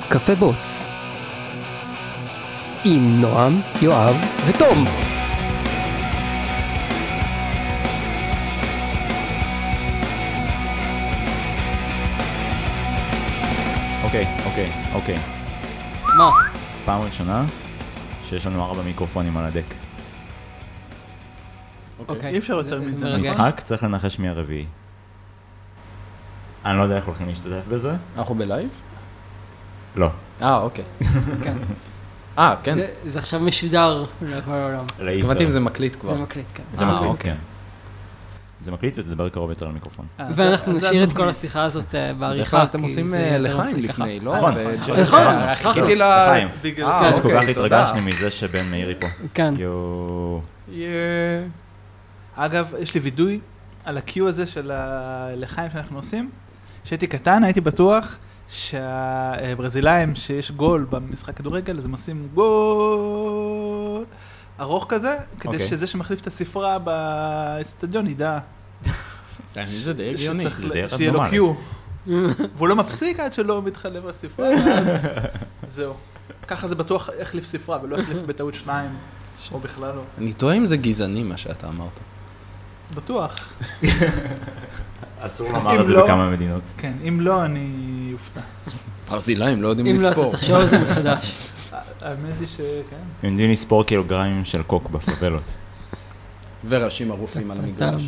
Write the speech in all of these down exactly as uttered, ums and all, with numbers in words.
קפה בוץ עם נועם, יואב ותום. אוקיי, אוקיי, אוקיי. מה? פעם ראשונה שיש לנו ארבע מיקרופונים על הדק. אוקיי. אי אפשר יותר מזה. משחק צריך לנחש מי הרביעי. אני לא יודע איך הולכים להשתתף בזה. אנחנו בלייב? לא. אה, אוקיי. כן. אה, כן. זה- זה עכשיו משודר לכל העולם. התכוונתי אם זה מקליט כבר. זה מקליט, כן. זה אה, מקליט, אוקיי. כן. זה מקליט ותדבר קרוב יותר למיקרופון. אה, ואנחנו זה- זה נשאיר את כל הדוגמית. השיחה הזאת אה, בדרך בעריכה. כלל אתם כי עושים זה אה, יותר לחיים מצחיק ככה. לפני, לא? נכון, ו- נכון. אה, חיכיתי ל... לחיים. בגלל אה, זה. אז כל אוקיי, כך תודה. התרגשנו מזה שבן מאירי פה. כן. יואו. אגב, יש לי וידוי על הקיו הזה של הלחיים שאנחנו עושים. כשהייתי קטן, הייתי בטוח שהברזילאים שיש גול במשחק כדורגל, אז הם עושים גול ארוך כזה, כדי אוקיי. שזה שמחליף את הספרה באצטדיון ידע זה די הגיוני. שצריך זה די ל- שיהיה לו רנדומלי. קיו. והוא לא מפסיק עד שלא מתחלף הספרה, ואז זהו. ככה זה בטוח החליף ספרה, ולא החליף בטעות שניים, או בכלל לא. אני תוהה אם זה גזעני מה שאתה אמרת. בטוח. אסור לומר את זה אם לא- בכמה מדינות. כן, אם לא, אני אופתע. ברזילאים לא יודעים אם לא, לספור. אתה תחשוב על זה מחדש. האמת היא שכן. הם יודעים לספור קילוגרמים של קוק בפאבלות. וראשים ערופים על המגרש.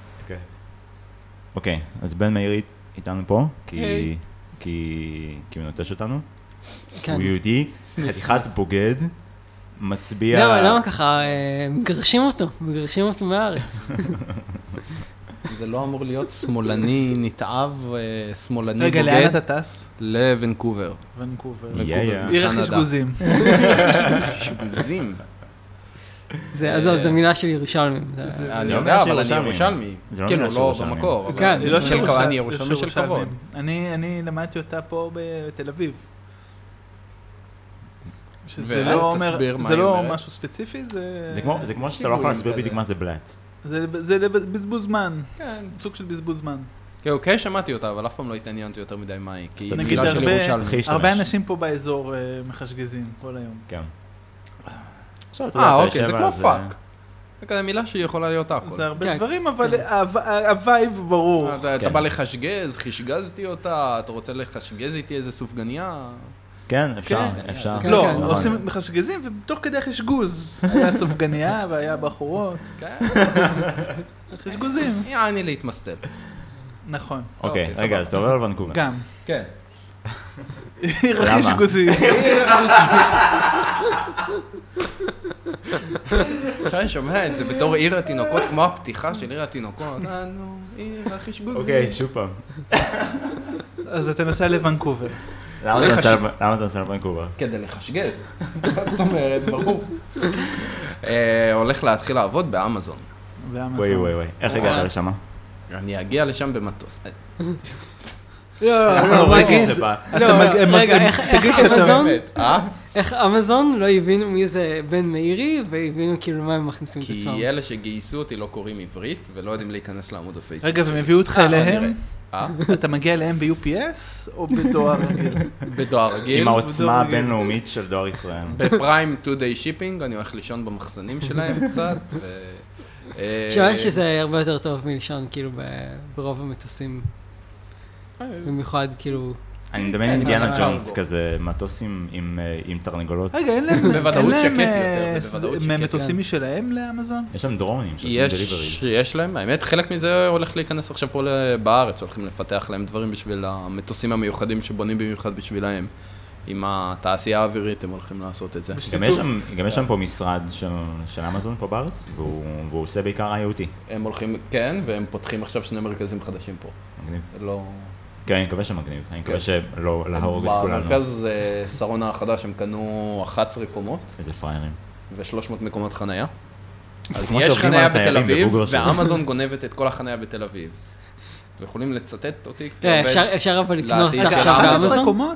אוקיי, אז בן מאירי איתנו פה, כי היי. כי כי הוא נוטש אותנו. כן. הוא יהודי, חתיכת בוגד, מצביע... למה, למה ככה? אה, מגרשים אותו, מגרשים אותו מהארץ. זה לא אמור להיות שמאלני נתעב, אה, שמאלני רגע, לאן בוגד אתה טס? לוונקובר. ונקובר. יא, יא. עיר קנדה. החשגוזים. שגוזים. זה, עזוב, זו מילה של ירושלמים. זה- אני לא יודע, מילה אבל של אני ירושלמים. ירושלמי. זה לא כאילו, מילה של לא ירושלמים. במקור. אבל כן, היא לא של של כבוד, ירושל- אני ירושלמי של ירושלמים. כבוד. אני אני למדתי אותה פה בתל אביב. שזה ואל לא אומר, תסביר מה זה היא לא אומרת. משהו ספציפי, זה... זה כמו זה כמו שאתה לא יכול להסביר בדיוק מה זה בלאט. זה זה בזבוז זמן. כן. סוג של בזבוז זמן. כן, אוקיי, שמעתי אותה, אבל אף פעם לא התעניינתי יותר מדי מהי. כי היא נגיד מילה של הרבה- ירושלמי. תחיש. הרבה להשתמש. אנשים פה באזור אה, מחשגזים כל היום. כן. עכשיו, אתה יודע, אה, אתה אוקיי, זה יושב כמו על זה- פאק. זה כזה מילה שיכולה להיות הכל. זה הרבה כן, דברים, אבל כן. הו- הווייב ברור. אתה אתה כן. בא לחשגז, חשגזתי אותה, אתה רוצה לחשגז איתי איזה סופגניה? כן, אפשר, כן. אפשר. כן, לא, כן. עושים מחשגזים, ותוך כדי חשגוז. היה סופגניה והיה בחורות. כן. חשגוזים. יעני להתמסטל. נכון. אוקיי, אוקיי, רגע, סבבה. אז אתה עובר לוונקובר. גם. כן. עיר למה? החשגוזים. אתה שומע את זה בתור עיר התינוקות, כמו הפתיחה של עיר התינוקות. אנו עיר החשגוזים. אוקיי, שוב פעם. אז אתה נוסע לוונקובר. למה לך אתה נוסע ש- לב- למה אתה נוסע לוונקובר? כדי לחשגז. מה זאת אומרת, ברור. אה, הולך להתחיל לעבוד באמזון. באמזון. וואי וואי וואי, איך הגעת לשם? אני אגיע לשם במטוס. לא, לא, לא, מה רגיל. זה? זה בא. אתה לא, מג- הם- רגע, הם- איך איך תגיד שאתה- אמזון? אה? איך אמזון לא הבינו מי זה בן מאירי, והבינו כאילו מה הם מכניסים את כי עצמם. אלה שגייסו אותי לא קוראים עברית, ולא יודעים להיכנס לעמוד הפייסבוק. רגע, והם הביאו אותך אה, אליהם? אה? אתה מגיע אליהם ב-יו פי אס או בדואר רגיל? בדואר רגיל. עם העוצמה רגיל. הבינלאומית של דואר ישראל. בפריים טו דיי שיפינג, אני הולך לישון במחסנים שלהם קצת. ו- אה, שמעתי שזה הרבה יותר טוב מלישון כאילו ב- ברוב המטוסים, במיוחד כאילו... אני מדמיין כן, אינדיאנה אבל- ג'ונס, כזה מטוס עם- עם אה, עם תרנגולות. רגע, אין להם... בוודאות אין להם, שקט אה, יותר, זה בוודאות ס- שקט. מטוסים כן. משלהם לאמזון? יש שם דרונים שעושים יש, דליבריז. יש להם, האמת, חלק מזה הולך להיכנס עכשיו פה בארץ, הולכים לפתח להם דברים בשביל המטוסים המיוחדים שבונים במיוחד בשבילהם. עם התעשייה האווירית הם הולכים לעשות את זה. גם יש שם- גם יש שם פה משרד של- של אמזון פה בארץ, והוא והוא עושה בעיקר איי או טי. הם הולכים, כן, והם פותחים עכשיו שני מרכזים חדשים פה. מגניב. לא... כן, אני מקווה שמגניב. אני מקווה כן. שלא להרוג את כולנו. במרכז אה, שרונה החדש הם קנו אחת עשרה קומות איזה פריירים. ו-שלוש מאות מקומות חנייה. אז כמו יש שעובדים חנייה על בתל תיירים אביב, בגוגל שלנו. ואמזון גונבת את כל החנייה בתל אביב. ויכולים לצטט אותי תראה, כעובד אפשר- אפשר אבל לקנות לעתיד. את רגע, עכשיו אחת עשרה אחת עשרה באמזון? קומות?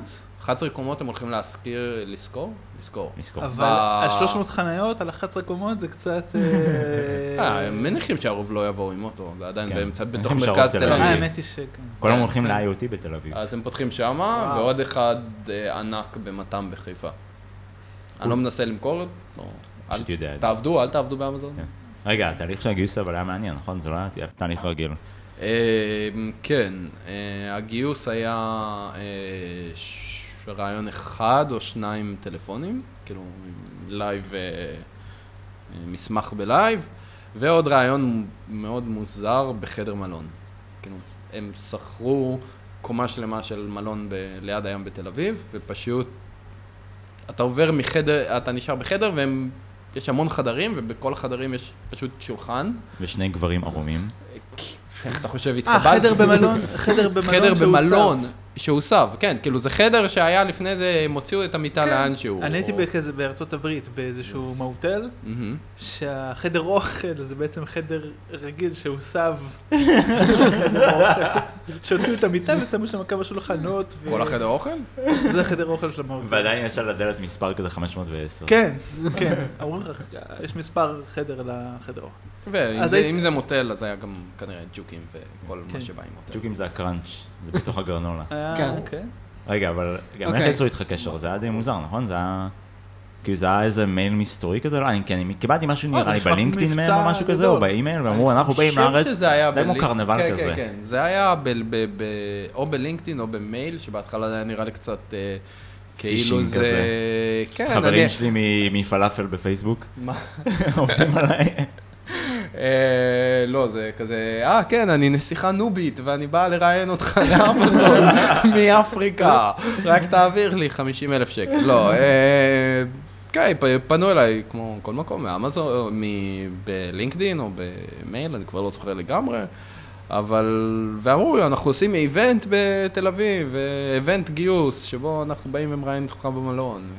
אחת עשרה קומות הם הולכים להזכיר, לזכור? לזכור. לזכור. אבל ה-שלוש מאות חניות על אחת עשרה קומות זה קצת... אה, הם מניחים שהרוב לא יבואו עם אוטו, זה עדיין כן. באמצע בתוך הם מרכז שרות תל תל אביב. אה, האמת היא שכן. כולם כן, הולכים כן. ל-איי או טי בתל אביב. אז הם פותחים שמה, וואו. ועוד אחד אה, ענק במתם בחיפה. אני לא מנסה למכור, לא. אל- פשוט יודע את זה. תעבדו, אל תעבדו באמזון. כן. רגע, התהליך של הגיוס אבל היה מעניין, נכון? זה לא היה תהליך רגיל. אה, כן, אה, הגיוס היה אה, ש- רעיון אחד או שניים טלפונים, כאילו לייב, אה, אה, מסמך בלייב, ועוד רעיון מאוד מוזר בחדר מלון. כאילו, הם שכרו קומה שלמה של מלון ב- ליד הים בתל אביב, ופשוט אתה עובר מחדר, אתה נשאר בחדר, ויש המון חדרים, ובכל החדרים יש פשוט שולחן. ושני גברים ערומים. איך אתה חושב, אה, התקבלת? חדר במלון, חדר במלון חדר שהוסף. במלון שהוסב, כן, כאילו זה חדר שהיה לפני זה, הם הוציאו את המיטה לאן שהוא. אני הייתי בכזה בארצות הברית, באיזשהו מוטל, מהמם. שהחדר אוכל זה בעצם חדר רגיל שהוסב לחדר אוכל, שהוציאו את המיטה ושמו שם כמה שולחנות. ו- כל החדר אוכל? זה החדר אוכל של המוטל. ועדיין יש על הדלת מספר כזה חמש מאות ועשר. כן, כן, אמרו לך, יש מספר חדר לחדר אוכל. ואם אז זה- הייתי- אם זה מוטל, אז היה גם כנראה ג'וקים וכל כן. מה שבא עם מוטל. ג'וקים זה הקראנץ', זה בתוך הגרנולה. אה, כן. אוקיי. רגע, אבל גם איך אוקיי. יצרו איתך קשר? זה היה די מוזר, נכון? זה היה... כאילו זה היה איזה מייל מסתורי כזה? לא, אני כן, אני קיבלתי משהו אה, זה נראה לי נשמע בלינקדאין מבצע מהם או משהו כזה, או גדול. באימייל, ואמרו אנחנו באים לארץ, אני חושב שזה היה די כמו בלינק- קרנבל כן, כזה. כן, כן, זה היה ב- ב- ב- או בלינקדאין או במייל, שבהתחלה זה היה נראה לי קצת אה, כאילו פישינג זה... כזה. כן, חברים אני- שלי מ- מפלאפל בפייסבוק, מה? עובדים עליי. אה, לא, זה כזה, אה, כן, אני נסיכה נובית, ואני באה לראיין אותך לאמזון מאפריקה, רק תעביר לי חמישים אלף שקל. לא, אה, כן, פ- פנו אליי, כמו כל מקום, מאמזון, בלינקדין או במייל, אני כבר לא זוכר לגמרי, אבל, ואמרו, אנחנו עושים איבנט בתל אביב, איבנט גיוס, שבו אנחנו באים ומראיינים אותך במלון, ו...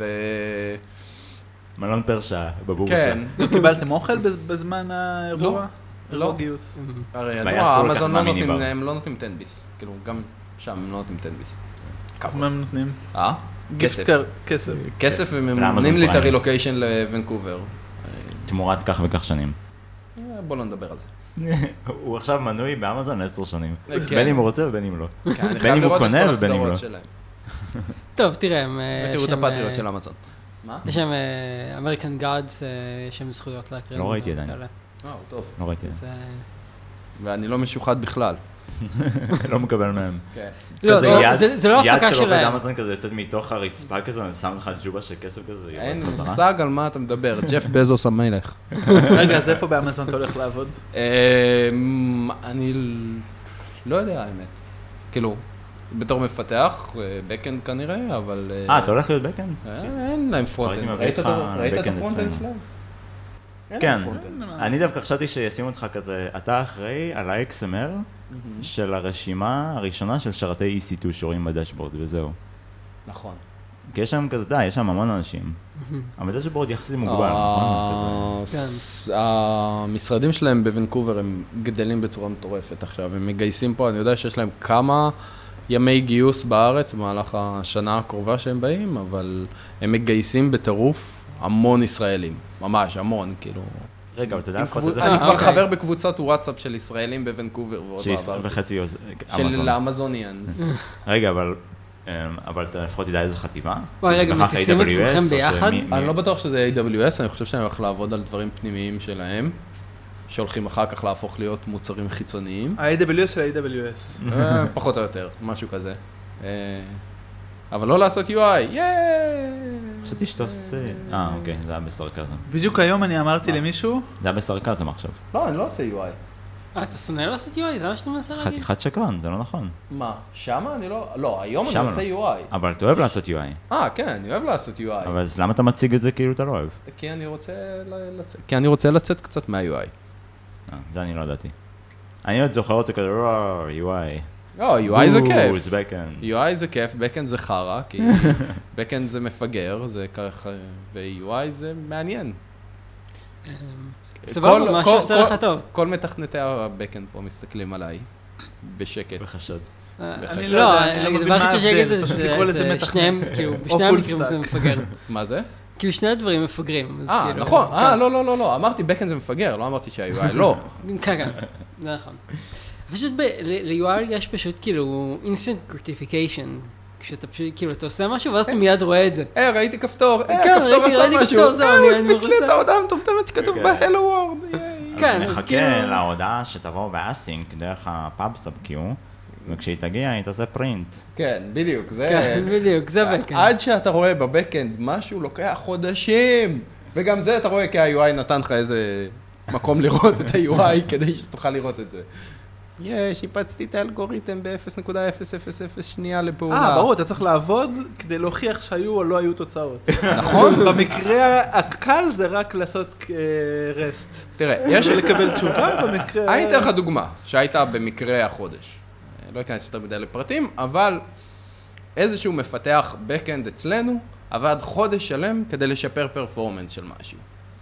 מלון פרשה בבורסה. כן, קיבלתם אוכל בז- בזמן האירוע? לא. אירוע גיוס. הרי והיה ידוע, אסור לקחת אמזון לא מהמיני נותנים, בר. הם לא נותנים טן ביס, כאילו גם שם הם לא נותנים טן ביס. אז מה הם נותנים? אה? כסף. גיפט קארד, כסף. כסף, והם לאמזון נותנים לי את פריים. הרילוקיישן לוונקובר. תמורת כך וכך שנים. אה, בוא לא נדבר על זה. הוא עכשיו מנוי באמזון עשר שנים. כן. בין אם הוא רוצה ובין אם לא. כן, אני בין חייב אם הוא לראות את קונה כל ובין אם לא. הסדרות שלהם. טוב, תראה, הם... אה, ותראו את שהם, הפטריוט אה, של אמזון. מה? יש שם אמריקן גאדס, יש שם זכויות להקרין. לא ראיתי עדיין. כאלה. אה, הוא טוב. לא ראיתי את אז, זה. אה, ואני לא משוחד בכלל. לא מקבל מהם. כן. לא, כזה זה- יד- זה- זה לא הפקה יד של עובד שלהם. אמזון כזה יוצאת מתוך הרצפה כזה, ואני שם לך ג'ובה של כסף כזה, ויורד אין חזרה. מושג על מה אתה מדבר, ג'ף בזוס המלך. רגע, אז איפה באמזון אתה הולך לעבוד? אמ, אני לא יודע האמת. כאילו, בתור מפתח, בקאנד כנראה, אבל... אה, אתה הולך להיות בקאנד? אה, אין להם פרונט-אנד. הייתי מביא ראית אותך את- ראית את לבקאנד הפרונט-אנד אצלנו. שלהם? אין כן. להם פרונט-אנד. אני דווקא חשבתי שישימו אותך כזה, אתה אחראי על ה-אקס אם אל של הרשימה הראשונה של שרתי אי סי טו שרואים בדשבורד, וזהו. נכון. כי יש שם כזה, די, יש שם המון אנשים. אבל דשבורד יחסי מוגבל, נכון? כזה. כן. הס- המשרדים שלהם בוונקובר הם גדלים בצורה מטורפת עכשיו, הם מגייסים פה, אני יודע שיש להם כמה ימי גיוס בארץ במהלך השנה הקרובה שהם באים, אבל הם מגייסים בטירוף המון ישראלים, ממש המון, כאילו. רגע, אבל אתה יודע עם לפחות קבוצ- איזה... אני כבר אוקיי. חבר בקבוצת וואטסאפ של ישראלים בוונקובר ועוד שיש בעבר. וחצי יוז- של אמזון. אמזוניאנס. רגע, אבל... אמ, אבל אתה לפחות תדע איזה חטיבה? וואי, רגע, וכך מטיסים את איי דאבליו אס, כולכם או ביחד? שמי- מי- אני לא בטוח שזה איי דאבליו אס, אני חושב שאני הולך לעבוד על דברים פנימיים שלהם, שהולכים אחר כך להפוך להיות מוצרים חיצוניים. ה-איי דאבליו אס של ה-איי דאבליו אס. אה, פחות או יותר, משהו כזה. אה, אבל לא לעשות יו איי, ייי! חשבתי שאתה עושה... אה, אוקיי, זה היה בסרקזם. בדיוק היום אני אמרתי למישהו, זה היה בסרקזם עכשיו. לא, אני לא עושה יו איי. אה, אתה שונא לעשות יו איי? זה מה שאתה מנסה להגיד? חתיכת שקרן, זה לא נכון. מה, שמה אני לא... לא, היום אני שמה עושה לא. יו איי. אבל אתה אוהב לעשות יו איי. אה, כן, אני אוהב לעשות יו איי. אבל אז למה אתה מציג את זה כאילו אתה לא אוהב? כי אני רוצה ל- לצאת... כי אני רוצה לצאת קצת מה-יו איי. אה, זה אני לא ידעתי. אני עוד זוכר אותו כזה, רור, יו איי. לא, יו איי זה כיף. בוז, בקאנד. יו איי זה כיף, בקאנד זה חרא, כי בקאנד זה מפגר, זה ככה, ו-יו איי זה מעניין. סבבה, מה כל- שעושה כל- לך טוב. כל מתכנתי הבקאנד פה מסתכלים עליי, בשקט. בחשד. אני לא יודע, אני לא מבין מה ההבדל, פשוט לקרוא לזה מתכנן. בשני המקרים זה מפגר. מה זה? כאילו שני הדברים מפגרים. אה, נכון. אה, לא, לא, לא, לא. אמרתי backend זה מפגר, לא אמרתי שה-יו איי לא. כן, כן, זה נכון. פשוט ל-יו איי יש פשוט כאילו instant gratification. כשאתה פשוט, כאילו, אתה עושה משהו, ואז אתה מיד רואה את זה. אה, ראיתי כפתור, אה, הכפתור עשה משהו. אה, הוא הקפיץ לי את ההודעה המטומטמת שכתוב ב-Hello World. כן, אז נחכה להודעה שתבוא באסינק דרך הפאב סאב-קיו, וכשהיא תגיע, היא תעשה פרינט. כן, בדיוק, זה... כן, בדיוק, זה בקאנד. עד שאתה רואה בבקאנד משהו לוקח חודשים, וגם זה אתה רואה כי ה-יו איי נתן לך איזה מקום לראות את ה-יו איי כדי שתוכל לראות את זה. יש, שיפצתי את האלגוריתם ב-אפס נקודה אפס אפס אפס שנייה לפעולה. אה, ברור, אתה צריך לעבוד כדי להוכיח שהיו או לא היו תוצאות. נכון? במקרה הקל זה רק לעשות רסט. תראה, יש... לקבל תשובה במקרה... אני אתן לך דוגמה, שהייתה במקרה החודש. לא אכנס יותר מדי לפרטים, אבל איזשהו מפתח backend אצלנו עבד חודש שלם כדי לשפר פרפורמנס של משהו.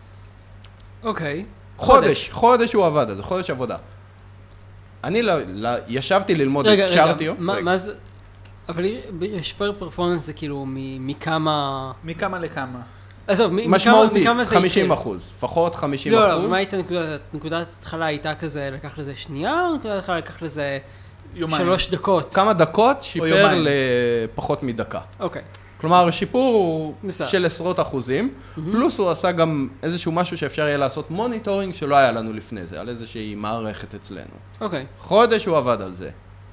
אוקיי. חודש, חודש הוא עבד על זה, חודש עבודה. אני לא, לא, ישבתי ללמוד את צ'ארטיו. רגע, רגע, מה זה? אבל לשפר פרפורמנס זה כאילו מכמה... מכמה לכמה. עזוב, משמעותית, חמישים אחוז, לפחות חמישים אחוז. לא, לא, מה הייתה נקודת, נקודת התחלה הייתה כזה, לקח לזה שנייה, או נקודת התחלה לקח לזה שלוש דקות? כמה דקות שיפר לפחות מדקה. אוקיי. כלומר, השיפור הוא של עשרות אחוזים, פלוס הוא עשה גם איזשהו משהו שאפשר יהיה לעשות מוניטורינג שלא היה לנו לפני זה, על איזושהי מערכת אצלנו. אוקיי. חודש הוא עבד על זה.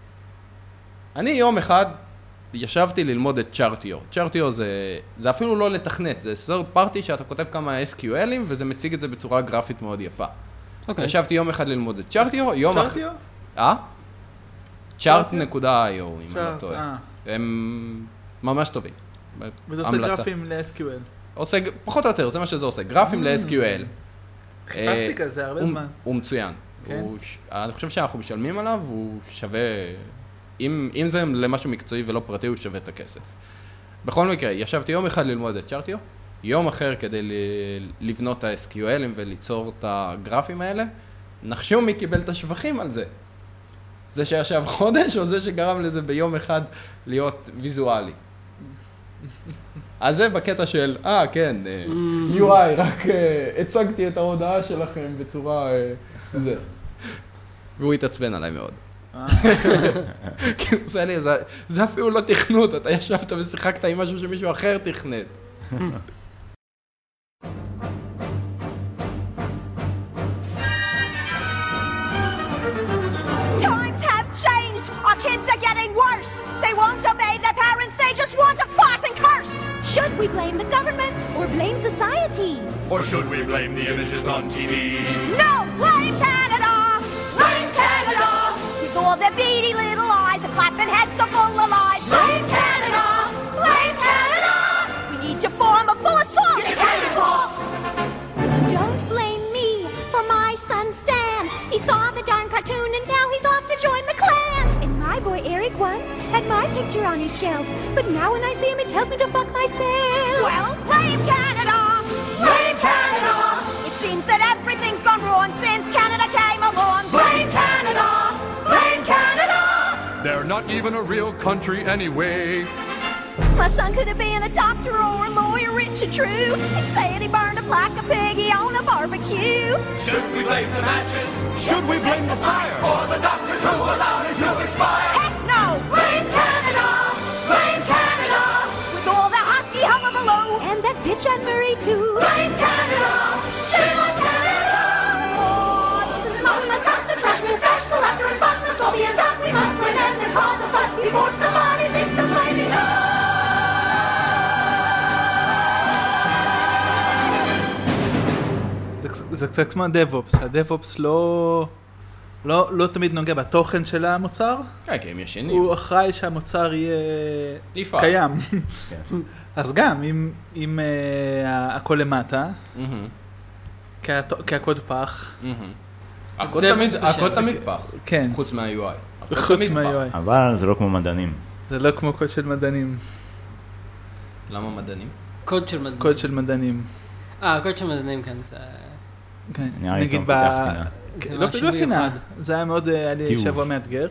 אני יום אחד ישבתי ללמוד את צ'ארטיו. צ'ארטיו זה, זה אפילו לא לתכנת, זה third party שאתה כותב כמה אס קיו אל'ים וזה מציג את זה בצורה גרפית מאוד יפה. אוקיי. ישבתי יום אחד ללמוד את צ'ארטיו, יום אחר... צ'ארטיו? אה? צ'ארט נקודה איי או, אם אני לא טועה. הם ממש טובים. וזה עושה גרפים ל-אס קיו אל. עושה, פחות או יותר, זה מה שזה עושה, גרפים ל-אס קיו אל. חיפשתי כזה הרבה זמן. הוא מצוין. אני חושב שאנחנו משלמים עליו, הוא שווה, אם זה למשהו מקצועי ולא פרטי, הוא שווה את הכסף. בכל מקרה, ישבתי יום אחד ללמוד את צ'ארטיו, יום אחר כדי לבנות את ה-אס קיו אל'ים וליצור את הגרפים האלה, נחשו מי קיבל את השבחים על זה. זה שישב חודש או זה שגרם לזה ביום אחד להיות ויזואלי. אז זה בקטע של, אה, כן, יו איי, רק הצגתי את ההודעה שלכם בצורה, זה. והוא התעצבן עליי מאוד. כאילו, זה לי, זה אפילו לא תכנות, אתה ישבת ושיחקת עם משהו שמישהו אחר תכנת. Times have changed. Our kids are getting worse. They won't obey their parents. They just want to fight and curse. Should we blame the government or blame society? Or should we blame the images on T V? No, blame Canada. Blame Canada. With all their beady little eyes and flapping heads so full of lies. Blame Canada. Blame Canada. We need to form a full assault. It's Canada's fault. Don't blame me for my son Stan. He saw the darn cartoon and now he's off to join the clan. And my boy Eric once had my picture on his shelf, but now when I see him, it tells me to fuck myself. Well, blame Canada. Blame Canada. It seems that everything's gone wrong since Canada came along. Blame Canada. Blame Canada. They're not even a real country anyway. My son could have been a doctor or a lawyer, rich and true. Instead, he burned up like a piggy on a barbecue. Should we blame the matches? Should we blame the fire? Or the doctors who allowed it to expire? Heck no! Blame Canada! Blame Canada! With all the hockey hullabaloo! And that bitch on Murray too! Blame Canada! Shame on Canada! Oh, the smoke must have the trash, must dash the laughter and fun must all be undone. We must blame them and cause a fuss before somebody thinks of blaming us. זה קצת כמו הדב-אופס, הדב-אופס לא, לא, לא תמיד נוגע בתוכן של המוצר. כן, כי הם ישנים. הוא אחראי שהמוצר יהיה יפעל. קיים. אז גם, אם, אם uh, הכל למטה, כי הקוד פח. הקוד תמיד פח, כן. חוץ מה-יו איי. חוץ מה-יו איי. אבל זה לא כמו מדענים. זה לא כמו קוד של מדענים. למה מדענים? קוד של מדענים. קוד של מדענים. אה, קוד של מדענים כאן זה... נראה לי טוב, פתח שנאה. זה לא, משהו לא שנאה, מיוחד. זה היה מאוד, היה לי תיעוב. שבוע מאתגר,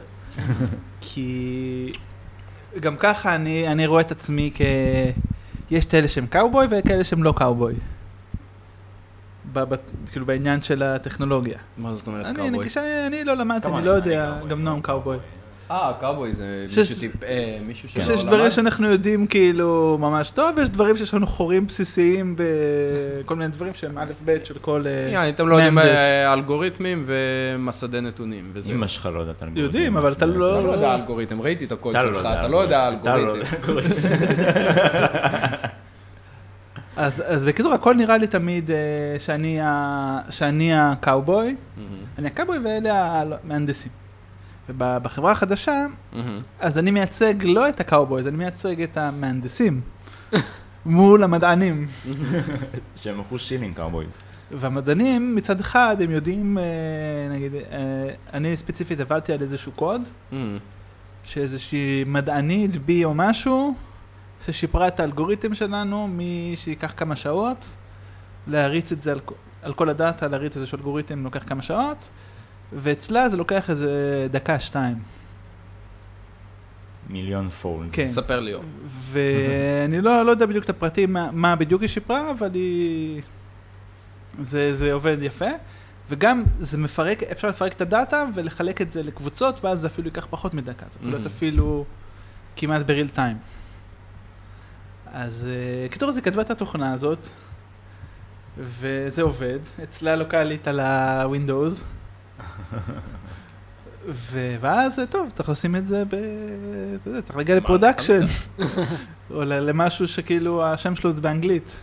כי גם ככה אני, אני רואה את עצמי כ... יש את אלה שהם קאובוי וכאלה שהם לא קאובוי. ב, ב, כאילו בעניין של הטכנולוגיה. מה זאת אומרת אני, קאובוי? נגיד שאני אני לא למדתי, כמה אני לא אני יודע, קאובוי? גם נועם קאובוי. אה, קאובוי זה שש- מישהו טיפ... אה, מישהו שלא שיש למד? דברים שאנחנו יודעים כאילו ממש טוב, ויש דברים שיש לנו חורים בסיסיים בכל מיני דברים שהם א' ב' של כל אה, יעני, אתם לא יודעים מהנדס. אה, אלגוריתמים ומסדי נתונים, וזה. אמא שלך לא יודעת אלגוריתם. יודעים, אבל אתה לא- אתה לא יודע אלגוריתם, ראיתי את הקוד אתה לא שלך, יודע אתה לא יודע אתה לא אלגוריתם. יודע. אז, אז בקיצור, הכל נראה לי תמיד אה, שאני, ה, שאני הקאובוי, מהמם, אני הקאובוי ואלה המהנדסים. ובחברה החדשה, מהמם. אז אני מייצג לא את הקאובוי, אז אני מייצג את המהנדסים מול המדענים. שהם אחוז שילינג קאובויז. והמדענים מצד אחד הם יודעים, אה, נגיד, אה, אני ספציפית עבדתי על איזשהו קוד, מהמם. שאיזושהי מדענית בי או משהו, ששיפרה את האלגוריתם שלנו, מי שיקח כמה שעות, להריץ את זה על, על כל הדאטה, להריץ איזשהו אלגוריתם לוקח כמה שעות, ואצלה זה לוקח איזה דקה, שתיים. מיליון פולד. כן. ספר לי עוד. ואני לא, לא יודע בדיוק את הפרטים, מה, מה בדיוק היא שיפרה, אבל היא... זה, זה עובד יפה. וגם זה מפרק, אפשר לפרק את הדאטה ולחלק את זה לקבוצות, ואז זה אפילו ייקח פחות מדקה. זה אפילו, Mhm. אפילו כמעט בריל טיים. אז uh, כתוב זה כתבה את התוכנה הזאת, וזה עובד. אצלה לוקלית על הווינדוס. ו- ואז, טוב, צריך לשים את זה ב... אתה יודע, צריך להגיע לפרודקשן. או ל- למשהו שכאילו השם שלו זה באנגלית.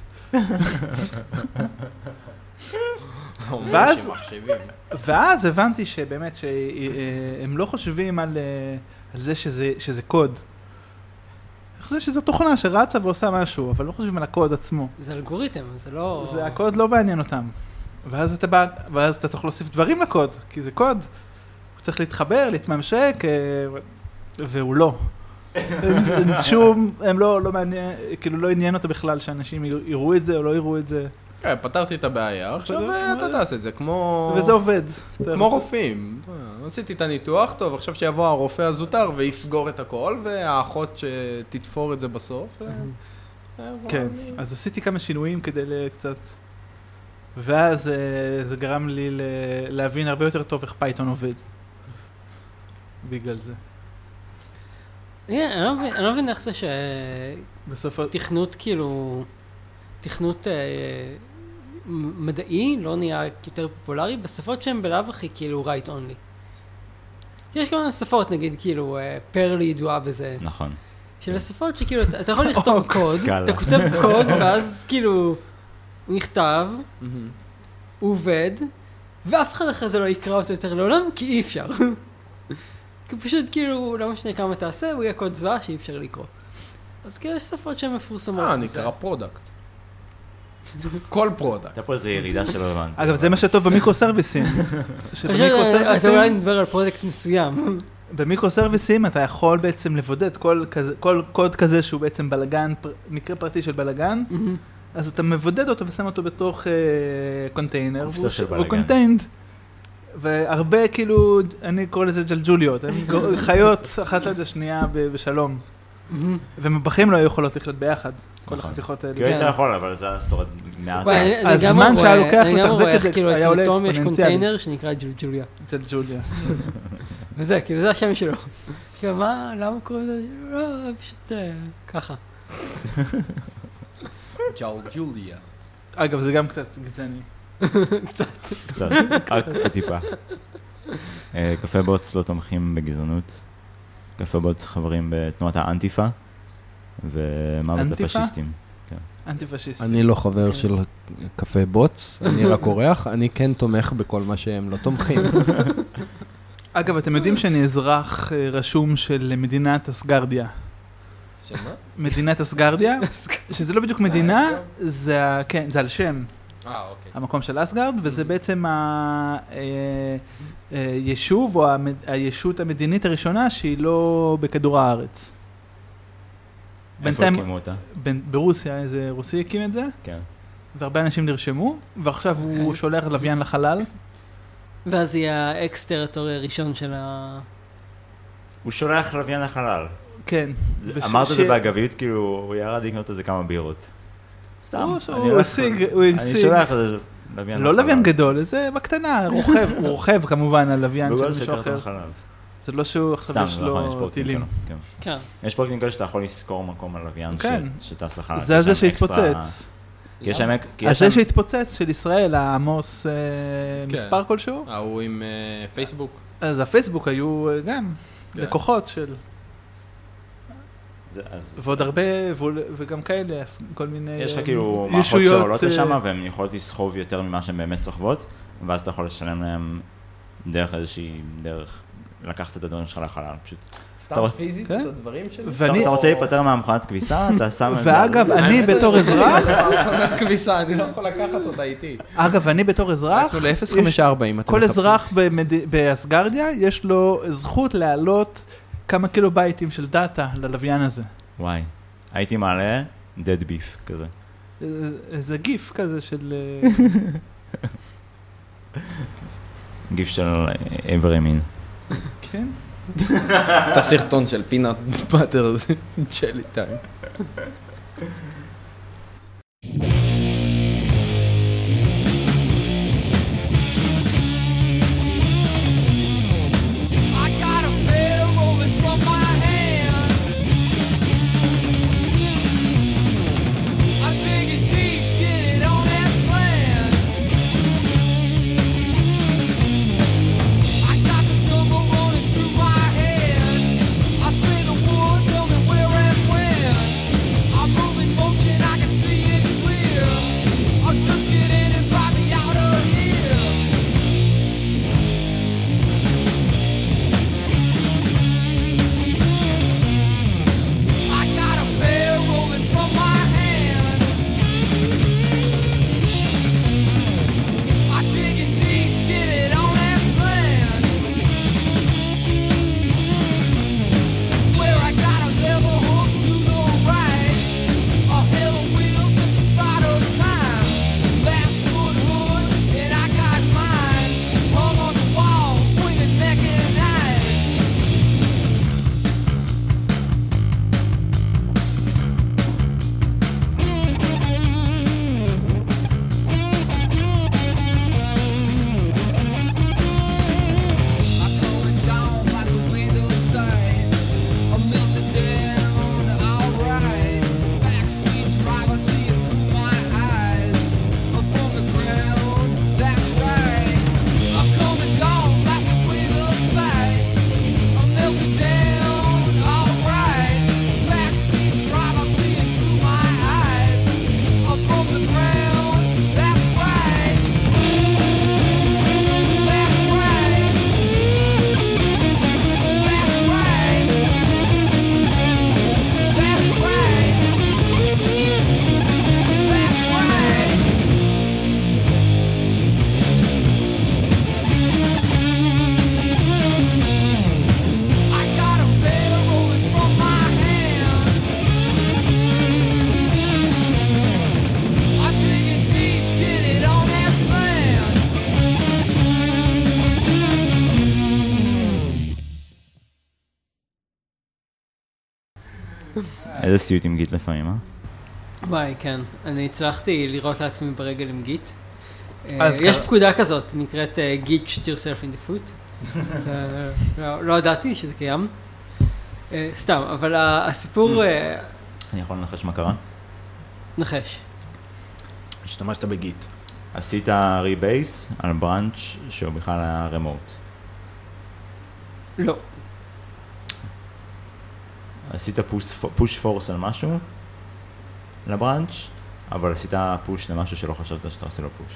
ואז- שמחשבים. ואז הבנתי שבאמת שהם לא חושבים על, אה, על זה שזה, שזה קוד. אני חושב שזו תוכנה שרצה ועושה משהו, אבל לא חושבים על הקוד עצמו. זה אלגוריתם, זה לא... זה הקוד לא מעניין אותם. ואז אתה בא, ואז אתה צריך להוסיף דברים לקוד, כי זה קוד. הוא צריך להתחבר, להתממשק, אה, והוא לא. אין- אין שום, הם לא, לא מעניין, כאילו לא עניין אותו בכלל שאנשים יראו את זה או לא יראו את זה. כן, פתרתי את הבעיה, עכשיו בסדר, אה, אתה תעשה את זה, כמו... וזה עובד. אתה כמו רוצה- רופאים. אתה יודע, עשיתי את הניתוח, טוב, עכשיו שיבוא הרופא הזוטר ויסגור את הכל, והאחות שתתפור את זה בסוף. אה, אה, כן, אני- אז עשיתי כמה שינויים כדי ל- קצת... ואז אה, זה גרם לי ל- להבין הרבה יותר טוב איך פייתון עובד. בגלל זה. כן, אני לא מבין- אני לא מבין איך זה בסוף... ה- שתכנות כאילו, תכנות אה, מ- מדעי לא נהיה יותר פופולרי בשפות שהן בלאו הכי כאילו write only. יש כל מיני שפות, נגיד כאילו אה, פרלי ידועה בזה, נכון. של השפות שכאילו אתה אתה יכול לכתוב קוד, סקאלה. אתה כותב קוד ואז כאילו הוא נכתב, מהמם. הוא עובד, ואף אחד אחרי זה לא יקרא אותו יותר לעולם, כי אי אפשר. כי פשוט כאילו, לא משנה כמה תעשה, הוא יהיה קוד זוועה שאי אפשר לקרוא. אז כאילו יש שפות שהן מפורסמות. אה, בזה. נקרא פרודקט. כל פרודקט. הייתה פה איזו ירידה שלא הבנתי. אגב, זה מה שטוב במיקרו סרוויסים. שבמיקרו אתה אולי סרוויסים, נדבר על פרויקט מסוים. במיקרו סרוויסים אתה יכול בעצם לבודד כל כזה- כל קוד כזה שהוא בעצם בלגן, פר- מקרה פרטי של בלגן, אז אתה מבודד אותו ושם אותו בתוך אה, קונטיינר, קופסה והוא של ש- והוא בלגן. קונטיינד. והרבה כאילו, אני קורא לזה ג'לג'וליות, הן גו- חיות אחת ליד השנייה ב- בשלום. ומבחים לא היו יכולות לחיות ביחד, כל נכון. החתיכות האלה. כי היית כן. יכול, אבל זה היה שורד מעט. וואי, אני- אני הזמן גם שהיה רואה- לוקח אני גם לתחזק רואה את זה איך כאילו היה אצל עולה תום יש אקספוננציאלית. קונטיינר שנקרא ג'ולג'וליה. ג'לג'וליה. וזה, כאילו זה השם שלו. כאילו מה, למה קוראים לזה? לא, פשוט אה, ככה. ג'לג'וליה. אגב, זה גם קצת גזעני. קצת. קצת, רק טיפה. אה, קפה בוץ לא תומכים בגזענות. קפה בוץ חברים בתנועת האנטיפה, ומוות אנטיפה? לפשיסטים. אנטי פשיסטי. אני לא חבר של קפה בוץ, אני רק אורח, אני כן תומך בכל מה שהם לא תומכים. אגב, אתם יודעים שאני אזרח אה, רשום של מדינת אסגרדיה. שמה? מדינת אסגרדיה, שזה לא בדיוק מדינה, זה ה- כן, זה על שם אה, אוקיי. המקום של אסגרד, וזה בעצם היישוב או המד- הישות המדינית הראשונה שהיא לא בכדור הארץ. איפה בינתיים, הקימו אותה? בין- ברוסיה, איזה רוסי הקים את זה, כן. והרבה אנשים נרשמו, ועכשיו הוא שולח לוויין לחלל, ואז יהיה האקס-טריטורי הראשון של ה... הוא שולח לוויין לחלל. כן. זה- וש- אמרת את ש- זה באגביות, כאילו, הוא ירד לקנות איזה כמה בירות. סתם. הוא- אני הוא הולך- השיג, הוא אני השיג. שולח לזה לוויין לא לחלל. לוויין גדול, זה בקטנה, רוכב, הוא רוכב כמובן על לוויין של בגלל מישהו שקרת אחר. לחלל. זה לא שהוא עכשיו סתם, יש זה נכון, יש לו פרויקטים טילים. כאלה, כן. כן. יש פרויקטים כאלה שאתה יכול לשכור מקום על לוויין כן. ש- שטס לחלל. זה יש הזה להם אקסטרה- שהתפוצץ. כי יש להם... כי יש אז זה להם- שהתפוצץ של ישראל, העמוס אה, כן. מספר כלשהו, ההוא עם אה, פייסבוק. אז הפייסבוק היו אה, גם כן. לקוחות של, זה- אז- ועוד הרבה, וול- וגם כאלה, אז כל מיני יש לך אה, כאילו מערכות ישויות, שעולות אה, לשם והן יכולות לסחוב יותר ממה שהן באמת סוחבות, ואז אתה יכול לשלם להם דרך איזושהי דרך לקחת את הדברים שלך לחלל, פשוט. סתם טוב. פיזית כן. את הדברים שלי? ואני- אתה רוצה להיפטר מהמכונת כביסה, אתה שם את זה... ואגב, על- אני האמת, בתור אני רוצה אזרח, לקחת מכונת כביסה, אני לא יכול לקחת אותה איתי. אגב, אני בתור אזרח, אנחנו ל-אפס יש- חמש ארבע אם אתם כל מחפשים. אזרח במד- באסגרדיה, יש לו זכות להעלות כמה קילו בייטים של דאטה ללוויין הזה. וואי, הייתי מעלה dead beef כזה. אה, איזה גיף כזה של... אה, גיף של איברי מין. כן? את הסרטון של פינת באטר ג'לי טיים. I got a bear rolling from my hand. I'm digging deep, get it on that plan. I got this number running through my head. I say the word, tell me where and when. I'm moving motion, I can see it clear. I'll just get in and drive me out of here. I got a bear rolling from my hand. I dig it deep, get it on that plan. Swear I got a level hook to the right. A hell of wheels since the start of time. Last foot hood, and I got mine. Hung on the wall, swinging neck and eyes. I'm going down past the window side. I'm melting down, alright. Backseat driver, see it through my eyes. Up on the ground, that's right. I'm coming down past the window side. I'm melting down, alright. Backseat driver, see it through my eyes. Up on the ground, that's right. That's right. That's right. That's right. That's right. I got a bear rolling from my hand. I dig it deep, get it on that plan. איזה סיוט עם גיט לפעמים, אה? וואי, כן. אני הצלחתי לראות לעצמי ברגל עם גיט. אה, אז יש קרה- פקודה כזאת, נקראת אה, גיט shoot yourself in the foot. אה, לא- לא ידעתי שזה קיים. אה, סתם, אבל ה- הסיפור... אה, אני יכול לנחש מה קרה? נחש. השתמשת בגיט. עשית ריבייס על ברנץ' שהוא בכלל היה רמוט. לא. עשית פוש פורס על משהו לברנץ', אבל עשית פוש למשהו שלא חשבת שאתה עושה לו פוש.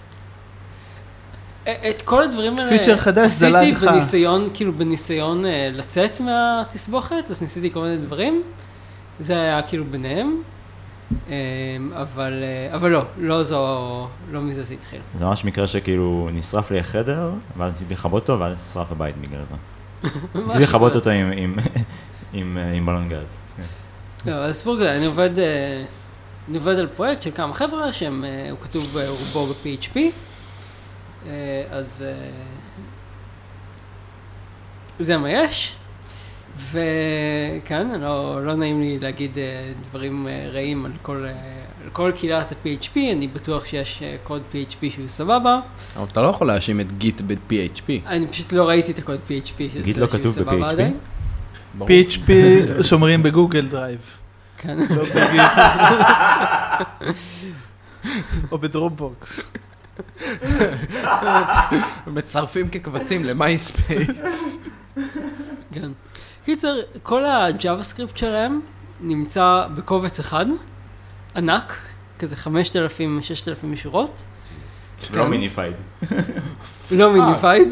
את כל הדברים האלה פיצ'ר חדש, זלג עשיתי לך. בניסיון, כאילו בניסיון אה, לצאת מהתסבוכת, אז ניסיתי כל מיני דברים. זה היה כאילו ביניהם. אה, אבל, אה, אבל לא, לא זו, לא מזה זה התחיל. זה ממש מקרה שכאילו נשרף לי החדר, ואז ניסיתי לכבות אותו, ואז נשרף הבית בגלל זה. ניסיתי לכבות אותו עם- עם- עם עם בלון גז. לא, אז סיפור כזה, אני עובד, אה, אני עובד על פרויקט של כמה חבר'ה, שהם, אה, הוא כתוב אה, רובו ב-פי אייץ' פי, אה, אז אה, זה מה יש. וכאן, לא, לא נעים לי להגיד אה, דברים אה, רעים על כל, אה, על כל קהילת ה-פי אייץ' פי, אני בטוח שיש אה, קוד פי אייץ' פי שהוא סבבה. אבל אתה לא יכול להאשים את גיט ב-פי אייץ' פי. אני פשוט לא ראיתי את הקוד פי אייץ' פי. גיט לא כתוב ב-פי אייץ' פי? ברור. פי אייץ' פי שומרים בגוגל דרייב. כן. לא בגיט. או בדרופבוקס. מצרפים כקבצים למייספייס. כן. קיצר, כל הג'אווה-סקריפט שלהם נמצא בקובץ אחד, ענק, כזה חמשת אלפים ששת אלפים שורות. לא מיניפייד. לא מיניפייד.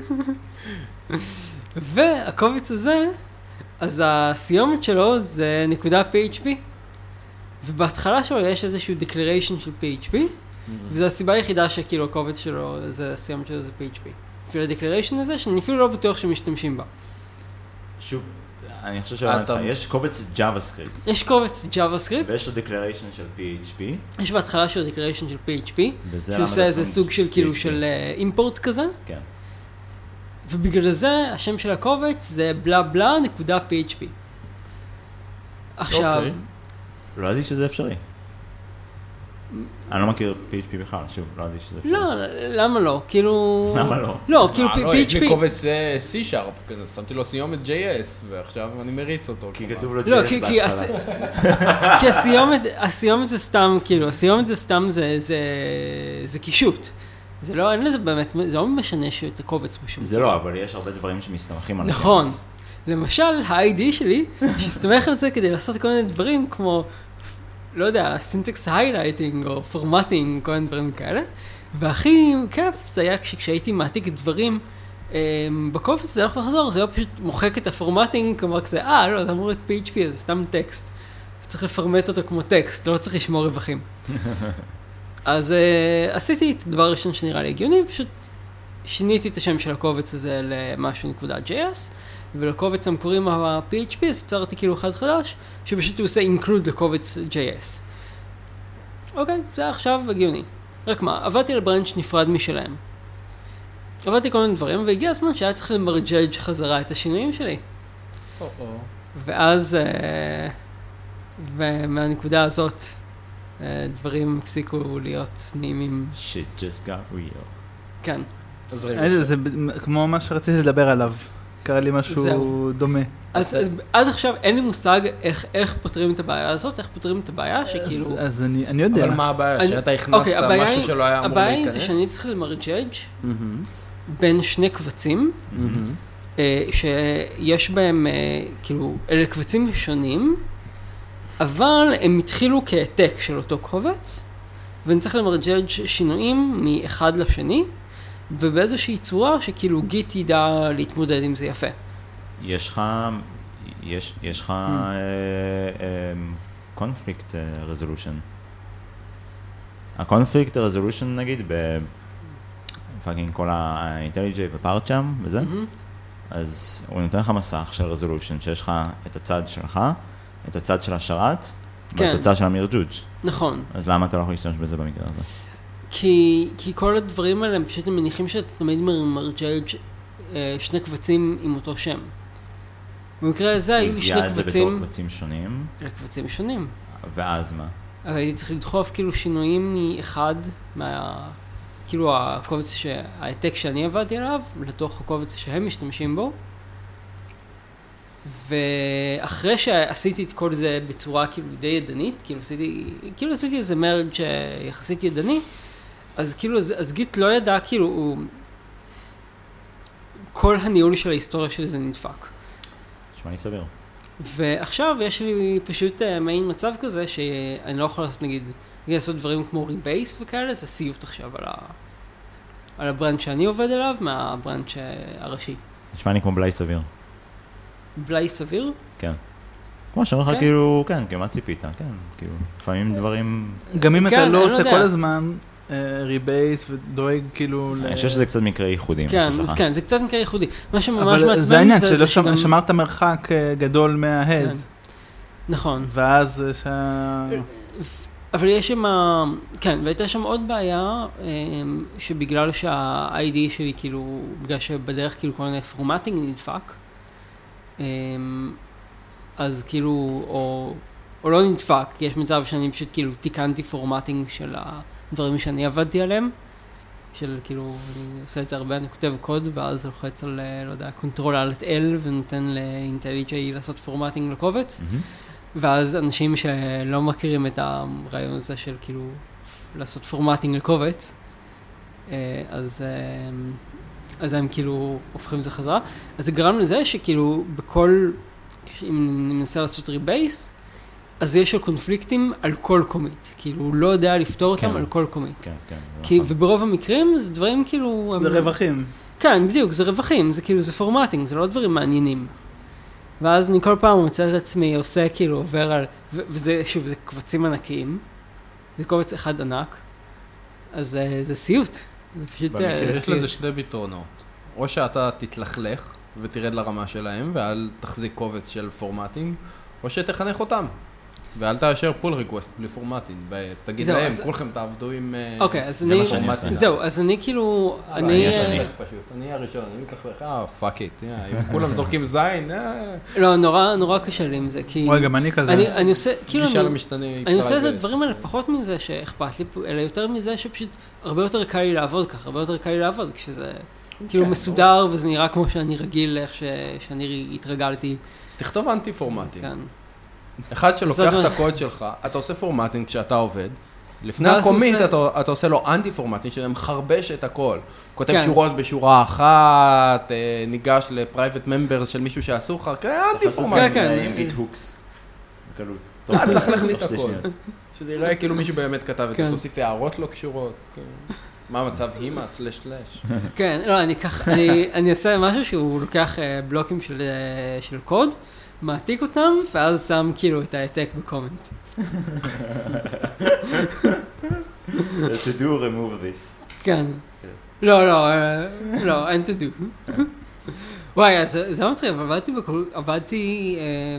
והקובץ הזה, אז הסיומת שלו זה נקודה פי אייץ' פי. ובהתחלה שלו יש איזשהו declaration של פי אייץ' פי, וזו הסיבה היחידה שכאילו הקובץ שלו, זה הסיומת שלו זה פי אייץ' פי. בשביל ה-declaration הזה, שאני אפילו לא בטוח שמשתמשים בה. שוב, אני חושב שהבנתי לך, יש קובץ JavaScript. יש קובץ JavaScript, ויש לו declaration של פי אייץ' פי. יש בהתחלה של declaration של פי אייץ' פי, וזה שהוא למה עושה זה איזה בעצם סוג של כאילו פי אייץ' פי. של אימפורט כזה, כן. ובגלל זה השם של הקובץ זה בלה בלה נקודה פי אייץ' פי. עכשיו, אוקיי. לא ידעתי שזה אפשרי. אני לא מכיר פי אייץ' פי בכלל, שוב, לא ידעתי שזה אפשרי. לא, למה לא? כאילו... למה לא? לא, כאילו אה, פי לא, אייץ' יש לי פי... קובץ C-Sharp, כזה, שמתי לו סיומת ג'יי אס, ועכשיו אני מריץ אותו. כי כמובן. כתוב לו לא, ג'י אס כי, כי, הס... בהתחלה. כי הסיומת, הסיומת זה סתם, כאילו, הסיומת זה סתם, זה, זה, זה קישוט. זה לא, אין לזה באמת, זה לא משנה שאת הקובץ בשום זה לא, אבל יש הרבה דברים שמסתמכים על נכון. הסיומת. למשל, ה-איי די שלי, שהסתמך על זה כדי לעשות כל מיני דברים כמו, לא יודע, סינטקס היילייטינג או פורמטינג, כל מיני דברים כאלה. והכי כיף זה היה כשהייתי מעתיק דברים בקובץ, זה הולך לחזור, זה היה פשוט מוחק את הפורמטינג, כלומר כזה, אה, לא, זה אמור להיות פי אייץ' פי, זה סתם טקסט. צריך לפרמט אותו כמו טקסט, לא צריך לשמור רווחים. אז uh, עשיתי את הדבר הראשון שנראה לי הגיוני, פשוט שיניתי את השם של הקובץ הזה למשהו נקודה ג'יי אס, ולקובץ המקורי מה-פי אייץ' פי, אז יצרתי כאילו אחד חדש, שפשוט הוא עושה include לקובץ ג'יי אס. אוקיי, זה עכשיו הגיוני. רק מה, עבדתי על ברנץ' נפרד משלהם. עבדתי כל מיני דברים, והגיע הזמן שהיה צריך למרג'ג' חזרה את השינויים שלי. או-או. ואז, uh, ומהנקודה הזאת, uh, דברים הפסיקו להיות נעימים. Shit just got real. כן. אז רגע. איזה, זה ב- כמו מה שרציתי לדבר עליו. קרה לי משהו זהו. דומה. אז, אז עד עכשיו אין לי מושג איך, איך פותרים את הבעיה הזאת, איך פותרים את הבעיה שכאילו... אז, אז אני, אני יודע. אבל מה הבעיה? אני- שאתה הכנסת אוקיי, הבעיה משהו היא- שלא היה אמור הבעיה היא להיכנס? זה שאני צריך למרג'ג' מהמם, בין שני קבצים, מהמם. אה, שיש בהם, אה, כאילו, אלה קבצים שונים, אבל הם התחילו כהעתק של אותו קובץ, ואני צריך למרג'ג' שינויים מאחד לשני, ובאיזושהי צורה שכאילו גיט ידע להתמודד עם זה יפה. יש לך, יש, יש לך קונפליקט רזולושן. הקונפליקט רזולושן נגיד בפאקינג כל ה-IntelliJ ופארצ'אם וזה, מהמם. אז הוא נותן לך מסך של רזולושן שיש לך את הצד שלך, את הצד של השרת, כן. ואת הצד של המרג'ג'. נכון. אז למה אתה לא יכול להשתמש בזה במקרה הזה? כי, כי כל הדברים האלה הם פשוט מניחים שאתה תמיד מרג'ג' אה, שני קבצים עם אותו שם. במקרה הזה היו לי שני זיהה את זה קבצים, בתור קבצים שונים, אלה קבצים שונים. ואז מה? אבל הייתי צריך לדחוף כאילו שינויים מאחד, מה, כאילו הקובץ, שה- העתק שאני עבדתי עליו, לתוך הקובץ שהם משתמשים בו. ואחרי שעשיתי את כל זה בצורה כאילו די ידנית, כאילו עשיתי, כאילו עשיתי איזה מרג' יחסית ידני, אז כאילו, אז, אז גיט לא ידע, כאילו, הוא... כל הניהול של ההיסטוריה של זה נדפק. נשמע לי סביר. ועכשיו יש לי פשוט uh, מעין מצב כזה, שאני לא יכול לעשות, נגיד, לעשות דברים כמו ריבייס וכאלה, זה סיוט עכשיו על, ה... על הברנד שאני עובד עליו, מהברנד ש... הראשי. נשמע לי כמו בלאי סביר. בלאי סביר? כן. כמו שאומר לך כן. כאילו, כן, כמעט ציפית, כן, כאילו, לפעמים דברים... גם אם כן, אתה אני לא לא עושה יודע. כל הזמן ריבייס ודואג כאילו... ל- אני חושב שזה קצת מקרה ייחודי. מה כן, שיש אז לך. כן, זה קצת מקרה ייחודי. מה שממש אבל מעצבן זה העניין, שלא זה שמ- שגם- שמרת מרחק אה, גדול מההד. כן. נכון. ואז אה, שה... אבל יש שם, כן, והייתה שם עוד בעיה, שבגלל שה-איי די שלי, כאילו, בגלל שבדרך כאילו כל מיני פורמטינג נדפק, אז כאילו, או, או לא נדפק, כי יש מצב שאני פשוט כאילו תיקנתי פורמטינג של הדברים שאני עבדתי עליהם, של כאילו, אני עושה את זה הרבה, אני כותב קוד, ואז לוחץ על, לא יודע, קונטרול אלט אל, ונותן לאינטליג'יי לעשות פורמטינג לקובץ. Mm-hmm. ואז אנשים שלא מכירים את הרעיון הזה של כאילו לעשות פורמטינג לקובץ, אז, אז הם כאילו הופכים את זה חזרה. אז זה גרם לזה שכאילו בכל, אם ננסה לעשות ריבייס, אז יש קונפליקטים על כל קומיט. כאילו הוא לא יודע לפתור אותם כן. על כל קומיט. כן, כן. כי, וברוב המקרים זה דברים כאילו... זה הם... רווחים. כן, בדיוק, זה רווחים. זה כאילו, זה פורמטינג, זה לא דברים מעניינים. ואז אני כל פעם מוצא את עצמי, עושה כאילו, עובר על, ו- וזה, שוב, זה קבצים ענקיים, זה קובץ אחד ענק, אז זה, זה סיוט, זה פשוט סיוט. יש לזה שני פתרונות, או שאתה תתלכלך ותרד לרמה שלהם, ואל תחזיק קובץ של פורמטינג, או שתחנך אותם, ואל תאשר פול ריקווסט בלי פורמטינג, ותגיד להם, כולכם תעבדו עם... אוקיי, אז אני... זהו, אז אני כאילו... אני אשתלך פשוט, אני הראשון, אני מתלכלך, אה, פאק איט, אם כולם זורקים זין, אה... לא, נורא, נורא קשה לי עם זה, כי... רגע, גם אני כזה... אני עושה, כאילו, אני עושה את הדברים האלה פחות מזה שאכפת לי, אלא יותר מזה שפשוט הרבה יותר קל לי לעבוד ככה, הרבה יותר קל לי לעבוד, כשזה כאילו מסודר וזה נראה כמו שאני רגיל, איך שאני התרגלתי. אז תכתוב אנטי פורמטינג. אחד שלוקח את הקוד שלך, אתה עושה פורמטינג כשאתה עובד, לפני הקומיט אתה עושה לו אנטי פורמטינג שמחרבש את הכל. כותב שורות בשורה אחת, ניגש לפרייבט ממברס של מישהו שעשו לך, אנטי פורמטינג. עם גיט הוקס, בקלות. אל תלכלך לי את הכל. שזה יראה כאילו מישהו באמת כתב את זה, תוסיף הערות לא קשורות. מה המצב? הימה, סלש סלש. כן, לא, אני אעשה משהו שהוא לוקח בלוקים של קוד, מעתיק אותם, ואז שם כאילו את העתק בקומנט. To do, remove this. כן. לא, לא, לא, אין to do. וואי, אז זה מצחיק, אבל עבדתי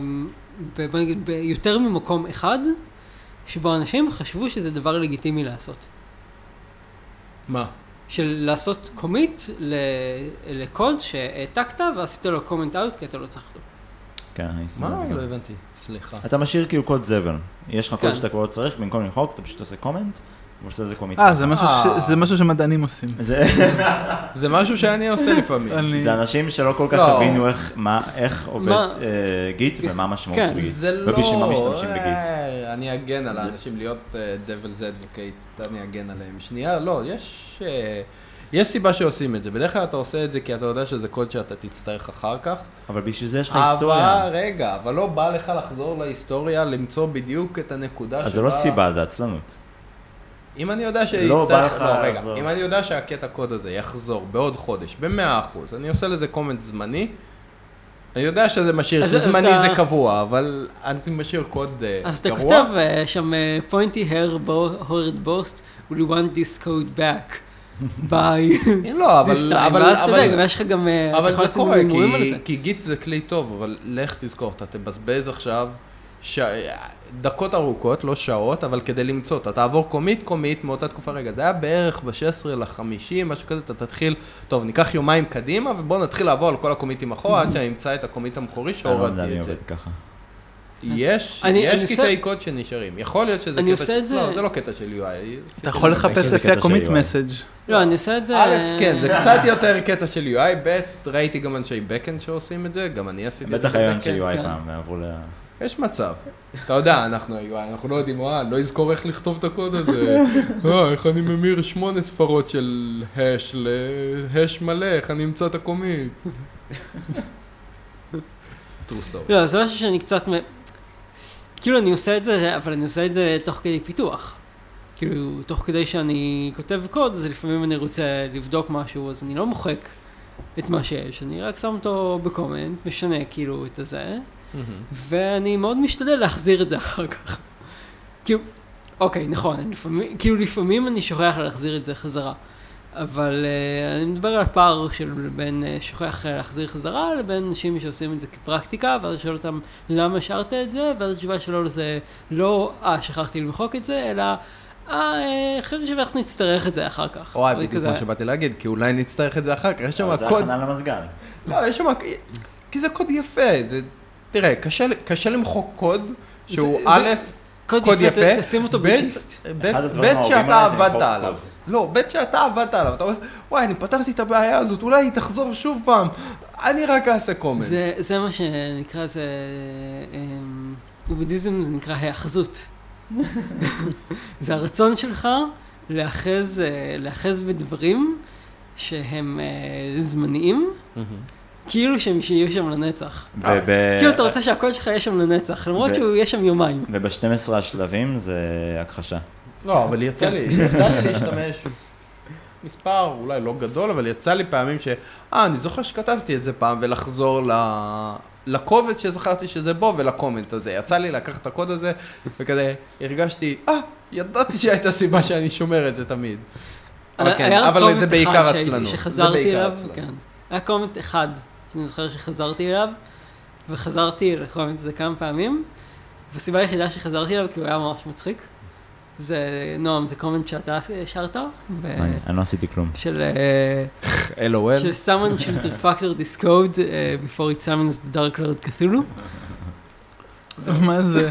ביותר ממקום אחד, שבו אנשים חשבו שזה דבר לגיטימי לעשות. מה? של לעשות קומיט לקוד שהעתקת, ועשית לו קומנט אאוט, כי אתה לא צריך אותו. כן, אני אשמח. מה? לא הבנתי, סליחה. אתה משאיר כאילו קוד זבל. יש לך קוד שאתה כבר צריך, במקום למחוק, אתה פשוט עושה קומנט, ועושה איזה קומיט. אה, זה משהו שמדענים עושים. זה משהו שאני עושה לפעמים. זה אנשים שלא כל כך הבינו איך עובד גיט ומה המשמעות של גיט. זה לא... ובשביל מה משתמשים בגיט. אני אגן על האנשים להיות devil's advocate, אני אגן עליהם. שנייה, לא, יש... יש סיבה שעושים את זה, בדרך כלל אתה עושה את זה כי אתה יודע שזה קוד שאתה תצטרך אחר כך. אבל בשביל זה יש לך היסטוריה. אבל רגע, אבל לא בא לך לחזור להיסטוריה, למצוא בדיוק את הנקודה שבה... אז זה לא סיבה, זה עצלנות. אם אני יודע שיצטרך... לא, רגע, אם אני יודע שהקטע קוד הזה יחזור בעוד חודש, ב-מאה אחוז, אני עושה לזה קומנט זמני, אני יודע שזה משאיר, שזמני זה קבוע, אבל אני משאיר קוד גרוע. אז אתה כותב שם, pointy haired boast, will you want this code back? ביי. לא, אבל... ואז אתה יודע, גם יש לך גם... אבל זה קורה, כי גיט זה כלי טוב, אבל לך תזכור, אתה תבזבז עכשיו דקות ארוכות, לא שעות, אבל כדי למצוא, אתה תעבור קומיט קומיט מאותה תקופה. רגע, זה היה בערך ב-שש עשרה לחמישי, משהו כזה, אתה תתחיל, טוב, ניקח יומיים קדימה, ובואו נתחיל לעבור על כל הקומיטים אחורה, עד שאני אמצא את הקומיט המקורי שהורדתי את זה. יש, יש קטעי קוד שנשארים. יכול להיות שזה קטע, לא, זה לא קטע של יו איי. אתה יכול לחפש לפי הקומיט מסאג'. לא, אני עושה את זה... א', כן, זה קצת יותר קטע של יו איי, ב', ראיתי גם אנשי בקאנד שעושים את זה, גם אני עשיתי את זה. בטח היו אנשי יו איי פעם, ועברו ל... יש מצב. אתה יודע, אנחנו יו איי, אנחנו לא יודעים, אה, לא יזכור איך לכתוב את הקוד הזה. אה, איך אני ממיר שמונה ספרות של הש להש מלא, איך אני אמצא את הקומיט. true story. לא, זה משהו שאני קצת... כאילו אני עושה את זה, אבל אני עושה את זה תוך כדי פיתוח. כאילו, תוך כדי שאני כותב קוד, אז לפעמים אני רוצה לבדוק משהו, אז אני לא מוחק את מה שיש, אני רק שם אותו בקומנט, משנה כאילו את הזה, ואני מאוד משתדל להחזיר את זה אחר כך. כאילו, אוקיי, נכון, לפעמים, כאילו לפעמים אני שוכח להחזיר את זה חזרה, אבל uh, אני מדבר על הפער של בין uh, שוכח uh, להחזיר חזרה לבין אנשים שעושים את זה כפרקטיקה, ואז שואל אותם למה השארת את זה, ואז התשובה שלו לזה לא, אה, שכחתי למחוק את זה, אלא אה, חשבתי שאנחנו נצטרך את זה אחר כך. וואי, בדיוק מה שבאתי להגיד, כי אולי נצטרך את זה אחר כך, יש שם זה קוד... הכנה למזגן. לא, יש שם... כי זה קוד יפה, זה... תראה, קשה, קשה למחוק קוד שהוא זה- א', זה- קוד קוד יפה, יפה, ת- תשים אותו ב', בג'יסט. ב', אחד הדברים ב' האהובים שאתה עליי זה עבדת למחוק עליו. קוד. לא, ב' שאתה עבדת עליו, אתה אומר, וואי, אני פתרתי את הבעיה הזאת, אולי היא תחזור שוב פעם, אני רק אעשה קומנט. זה, זה מה שנקרא, זה... אמ, בבודהיזם זה נקרא היאחזות. זה הרצון שלך להאחז, אה, להאחז בדברים שהם אה, זמניים, מהמם. כאילו שהם שיהיו שם לנצח. וב- כאילו אתה רוצה שהקוד שלך יהיה שם לנצח, למרות ו- שהוא יהיה שם יומיים. וב-שנים עשר השלבים זה הכחשה. לא, אבל יצא לי, יצא לי להשתמש מספר, אולי לא גדול, אבל יצא לי פעמים ש... אה, אני זוכר שכתבתי את זה פעם, ולחזור ל... לקובץ שזכרתי שזה בו ולקומנט הזה. יצא לי לקחת את הקוד הזה, וכדי הרגשתי, אה, ידעתי שהייתה סיבה שאני שומר את זה תמיד. אבל היה- כן, היה רק אבל קומנט זה אחד בעיקר שהייתי- עצלנות. זה שחזרתי בעיקר אליו, עצלנות. כן. היה קומנט אחד, שאני זוכר שחזרתי אליו, וחזרתי לקומנט הזה כמה פעמים, והסיבה היחידה שחזרתי אליו, כי הוא היה ממש מצחיק, זה, נועם, זה קומנט שאתה השארת, ו- אני אני לא עשיתי כלום. של... אה, אל או אל. של someone should refactor this code uh, before it summons the Dark Lord Cthulhu. מה זה?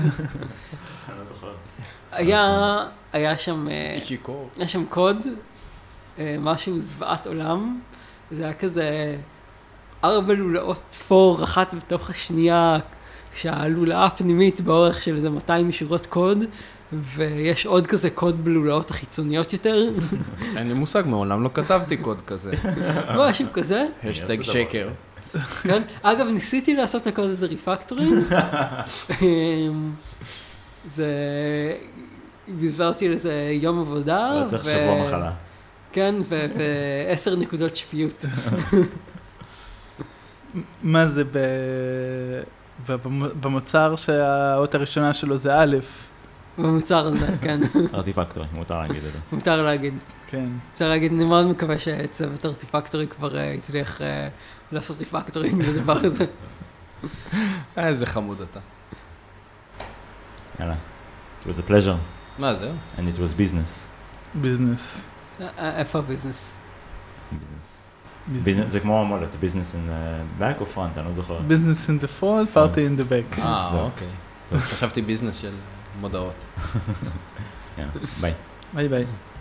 היה, היה שם, אה, שיכור. היה שם קוד, אה, משהו זוועת עולם, זה היה כזה ארבע לולאות פור אחת בתוך השנייה, שהלולאה הפנימית באורך של איזה מאתיים שורות קוד, ויש עוד כזה קוד בלולאות החיצוניות יותר, אין לי מושג, מעולם לא כתבתי קוד כזה. משהו כזה. השטג שקר. כן? אגב, ניסיתי לעשות לקוד הזה ריפקטורינג. אמ, זה... בזבזתי לזה יום עבודה. לא צריך ו- שבוע מחלה. כן, ו- ועשר נקודות שפיות. מה זה ב... ובמ- במוצר שהאות הראשונה שלו זה א', במוצר הזה, כן. ארטיפקטורי, מותר להגיד את זה. מותר להגיד. כן. אפשר להגיד, אני מאוד מקווה שצוות ארטיפקטורי כבר אה, הצליח אה, לעשות ריפקטורינג לדבר הזה. איזה חמוד אתה. יאללה. It was a pleasure, מה זה? and it was business. ביזנס. אה, אה, איפה הביזנס? business. business זה כמו המולת, business in the back או front, אני לא זוכר. ביזנס in the front, party in the back. אה, זהו. אוקיי. טוב, חשבתי ביזנס של מודעות. יאללה, ביי. ביי ביי.